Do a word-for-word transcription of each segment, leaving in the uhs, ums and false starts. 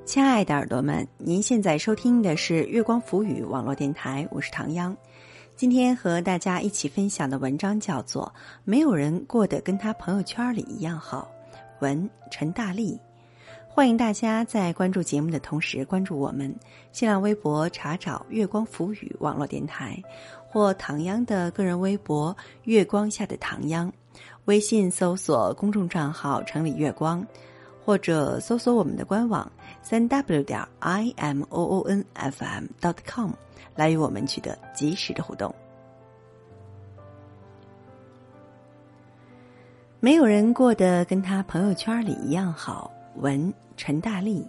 亲爱的耳朵们，您现在收听的是月光浮语网络电台，我是唐央。今天和大家一起分享的文章叫做《没有人过得跟他朋友圈里一样好》，文陈大力。欢迎大家在关注节目的同时关注我们新浪微博，查找月光浮语网络电台，或唐央的个人微博月光下的唐央，微信搜索公众账号城里月光，或者搜索我们的官网三 w 点 i m o o n f m dot com 来与我们取得及时的互动。没有人过得跟他朋友圈里一样好，文陈大力。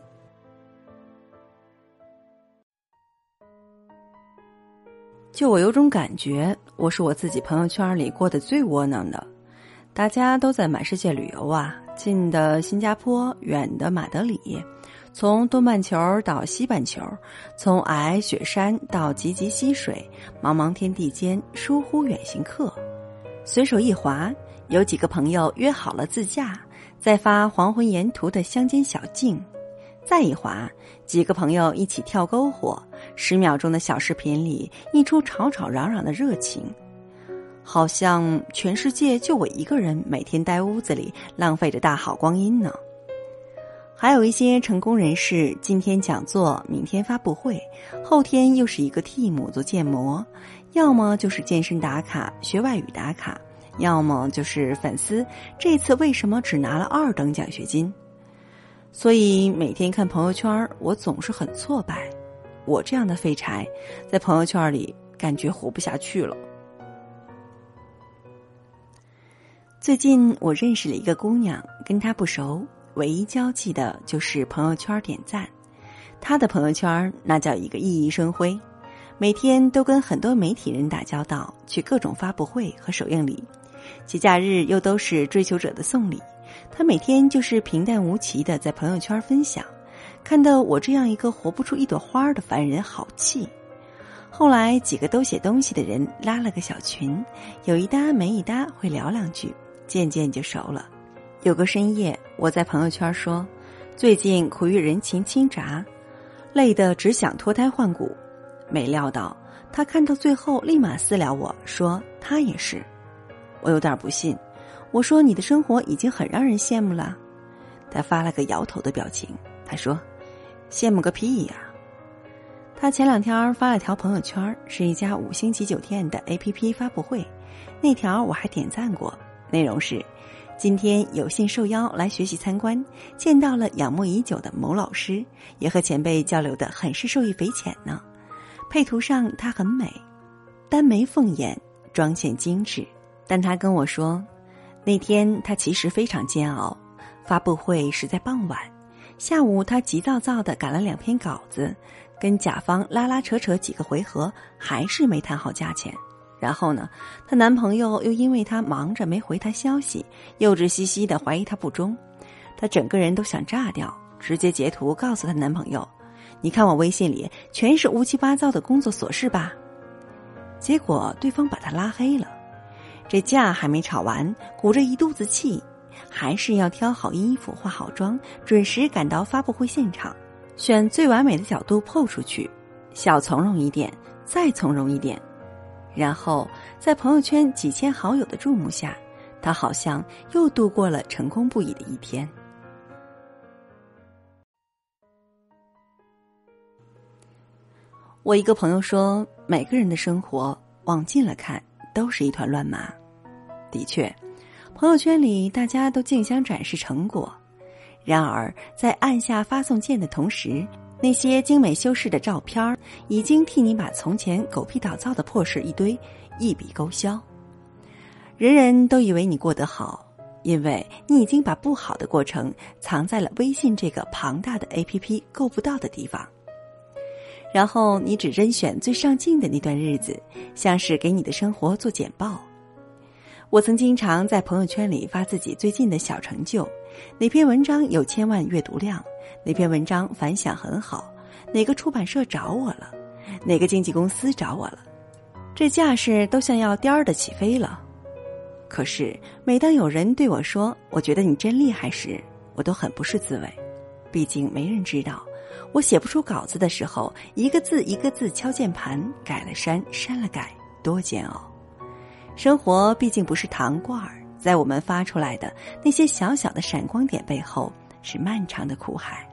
就我有种感觉，我是我自己朋友圈里过得最窝囊的。大家都在满世界旅游啊，近的新加坡，远的马德里，从东半球到西半球，从皑皑雪山到急急溪水，茫茫天地间疏忽远行客。随手一滑，有几个朋友约好了自驾，再发黄昏沿途的乡间小径。再一滑，几个朋友一起跳篝火，十秒钟的小视频里溢出吵吵嚷嚷的热情。好像全世界就我一个人每天待屋子里浪费着大好光阴呢。还有一些成功人士，今天讲座，明天发布会，后天又是一个 team 做建模，要么就是健身打卡，学外语打卡，要么就是粉丝这次为什么只拿了二等奖学金。所以每天看朋友圈，我总是很挫败。我这样的废柴，在朋友圈里感觉活不下去了。最近我认识了一个姑娘，跟她不熟，唯一交际的就是朋友圈点赞。她的朋友圈那叫一个熠熠生辉，每天都跟很多媒体人打交道，去各种发布会和首映礼，节假日又都是追求者的送礼。她每天就是平淡无奇的在朋友圈分享，看得我这样一个活不出一朵花的凡人好气。后来几个都写东西的人拉了个小群，有一搭没一搭会聊两句，渐渐就熟了。有个深夜，我在朋友圈说，最近苦于人情倾轧，累得只想脱胎换骨。没料到他看到最后立马私聊我说他也是。我有点不信，我说你的生活已经很让人羡慕了。他发了个摇头的表情，他说羡慕个屁呀。他前两天发了条朋友圈，是一家五星级酒店的 A P P 发布会，那条我还点赞过，内容是今天有幸受邀来学习参观，见到了仰慕已久的某老师，也和前辈交流的很是受益匪浅呢。配图上她很美，单眉凤眼，妆线精致。但她跟我说，那天她其实非常煎熬，发布会是在傍晚，下午她急躁躁地赶了两篇稿子，跟甲方拉拉扯扯几个回合，还是没谈好价钱。然后呢，她男朋友又因为她忙着没回她消息，幼稚兮兮地怀疑她不忠。她整个人都想炸掉，直接截图告诉她男朋友，你看我微信里全是乌七八糟的工作琐事吧。结果对方把她拉黑了。这架还没吵完，鼓着一肚子气，还是要挑好衣服化好妆，准时赶到发布会现场，选最完美的角度 po 出去，小从容一点，再从容一点。然后在朋友圈几千好友的注目下，他好像又度过了成功不已的一天。我一个朋友说，每个人的生活往近了看都是一团乱麻。的确，朋友圈里大家都竞相展示成果，然而在按下发送键的同时，那些精美修饰的照片已经替你把从前狗屁倒灶的破事一堆一笔勾销。人人都以为你过得好，因为你已经把不好的过程藏在了微信这个庞大的 A P P 够不到的地方。然后你只甄选最上镜的那段日子，像是给你的生活做简报。我曾经常在朋友圈里发自己最近的小成就，哪篇文章有千万阅读量，哪篇文章反响很好，哪个出版社找我了，哪个经纪公司找我了，这架势都像要颠儿的起飞了。可是每当有人对我说我觉得你真厉害时，我都很不是滋味。毕竟没人知道我写不出稿子的时候，一个字一个字敲键盘，改了删，删了改，多煎熬。生活毕竟不是糖罐儿，在我们发出来的那些小小的闪光点背后，是漫长的苦海。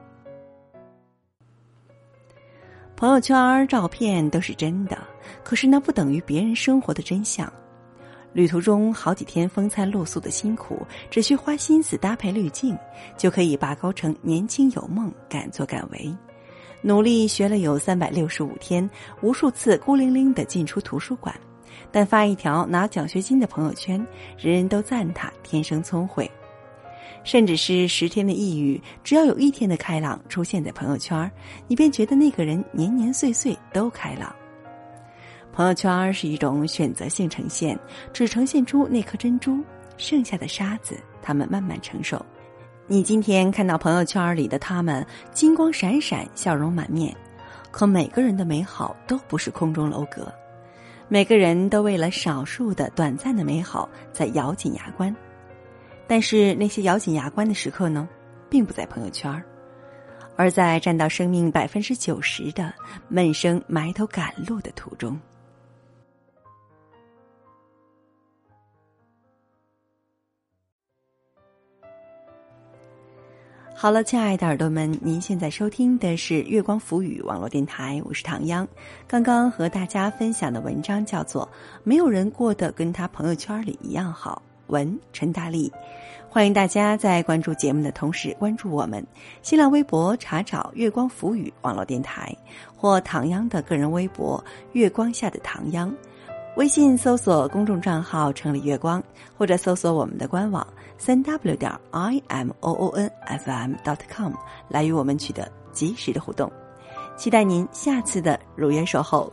朋友圈照片都是真的，可是那不等于别人生活的真相。旅途中好几天风餐露宿的辛苦，只需花心思搭配滤镜，就可以拔高成年轻有梦，敢作敢为。努力学了有三百六十五天，无数次孤零零地进出图书馆，但发一条拿奖学金的朋友圈，人人都赞他天生聪慧。甚至是十天的抑郁，只要有一天的开朗出现在朋友圈，你便觉得那个人年年岁岁都开朗。朋友圈是一种选择性呈现，只呈现出那颗珍珠，剩下的沙子他们慢慢承受。你今天看到朋友圈里的他们金光闪闪，笑容满面，可每个人的美好都不是空中楼阁，每个人都为了少数的短暂的美好在咬紧牙关。但是那些咬紧牙关的时刻呢，并不在朋友圈，而在占到生命百分之九十的闷声埋头赶路的途中。好了，亲爱的耳朵们，您现在收听的是月光浮语网络电台，我是唐央。刚刚和大家分享的文章叫做《没有人过得跟他朋友圈里一样好》，文陈大力。欢迎大家在关注节目的同时关注我们新浪微博，查找月光浮语网络电台，或唐央的个人微博月光下的唐央，微信搜索公众账号城里月光，或者搜索我们的官网三 w 点 i m o o n f m dot com 来与我们取得及时的互动。期待您下次的如约守候。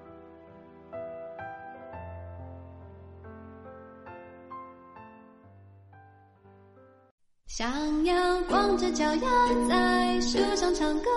想要光着脚丫在树上唱歌，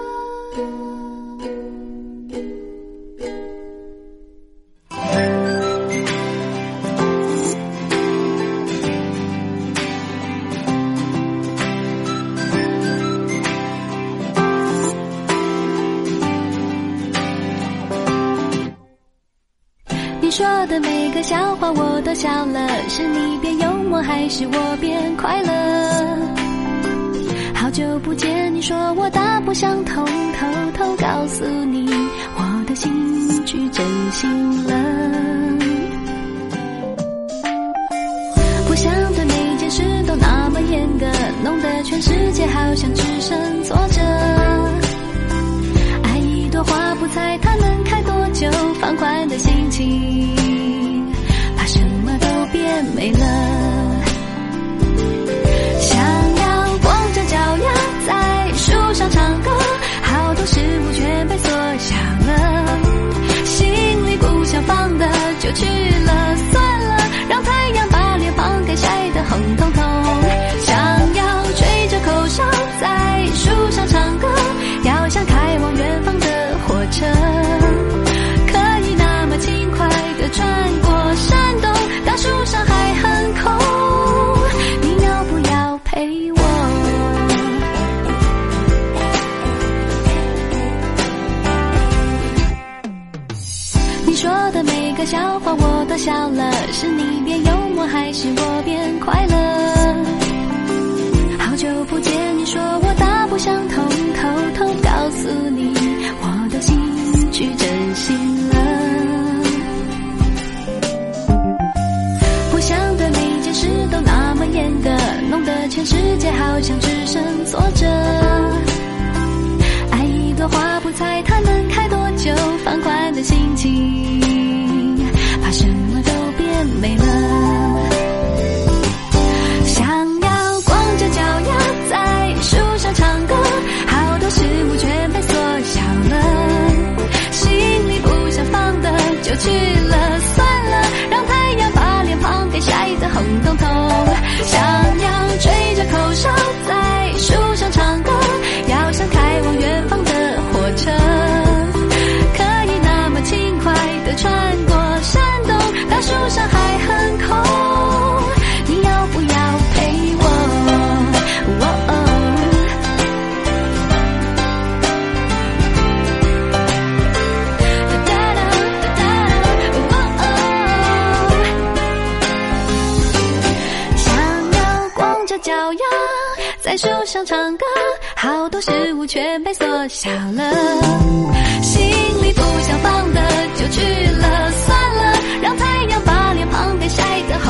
你说的每个笑话我都笑了，是你变幽默还是我变快乐？好久不见，你说我大不相同，偷偷告诉你我的心去真心了。不想对每件事都那么严格，弄得全世界好像只剩挫折。爱一朵花不猜它能开多久，放宽的心情把什么都变美了。想要光着脚丫在树上唱歌，好多事物全被缩小了，心里不想放的就去了，算了，让太阳把脸庞给晒得红彤彤。想要吹着口哨在树上唱歌，要像开往远方的火车，可以那么轻快地穿过山洞，大树上还很空，你要不要陪我？你说的每个笑话我都笑了，是你变幽默还是我变快乐？好久不见，你说我大不相同，偷偷告诉你我的心去真心了。不想对每件事都那么严格，弄得全世界好像只剩挫折。爱一朵花不猜它能开多久，放宽的心情把什么都变美了。想要光着脚丫在树上唱歌，好多事物全被缩小了，心里不想放的就去了，算了，让太阳把脸庞给晒得红彤彤。想要吹着口哨在树上唱歌，要像开往远方的火车，可以那么轻快地穿过山洞，大树上还很空， 在树上唱歌，好多事物全被缩小了，心里不想放的就去了，算了，让太阳把脸庞给晒得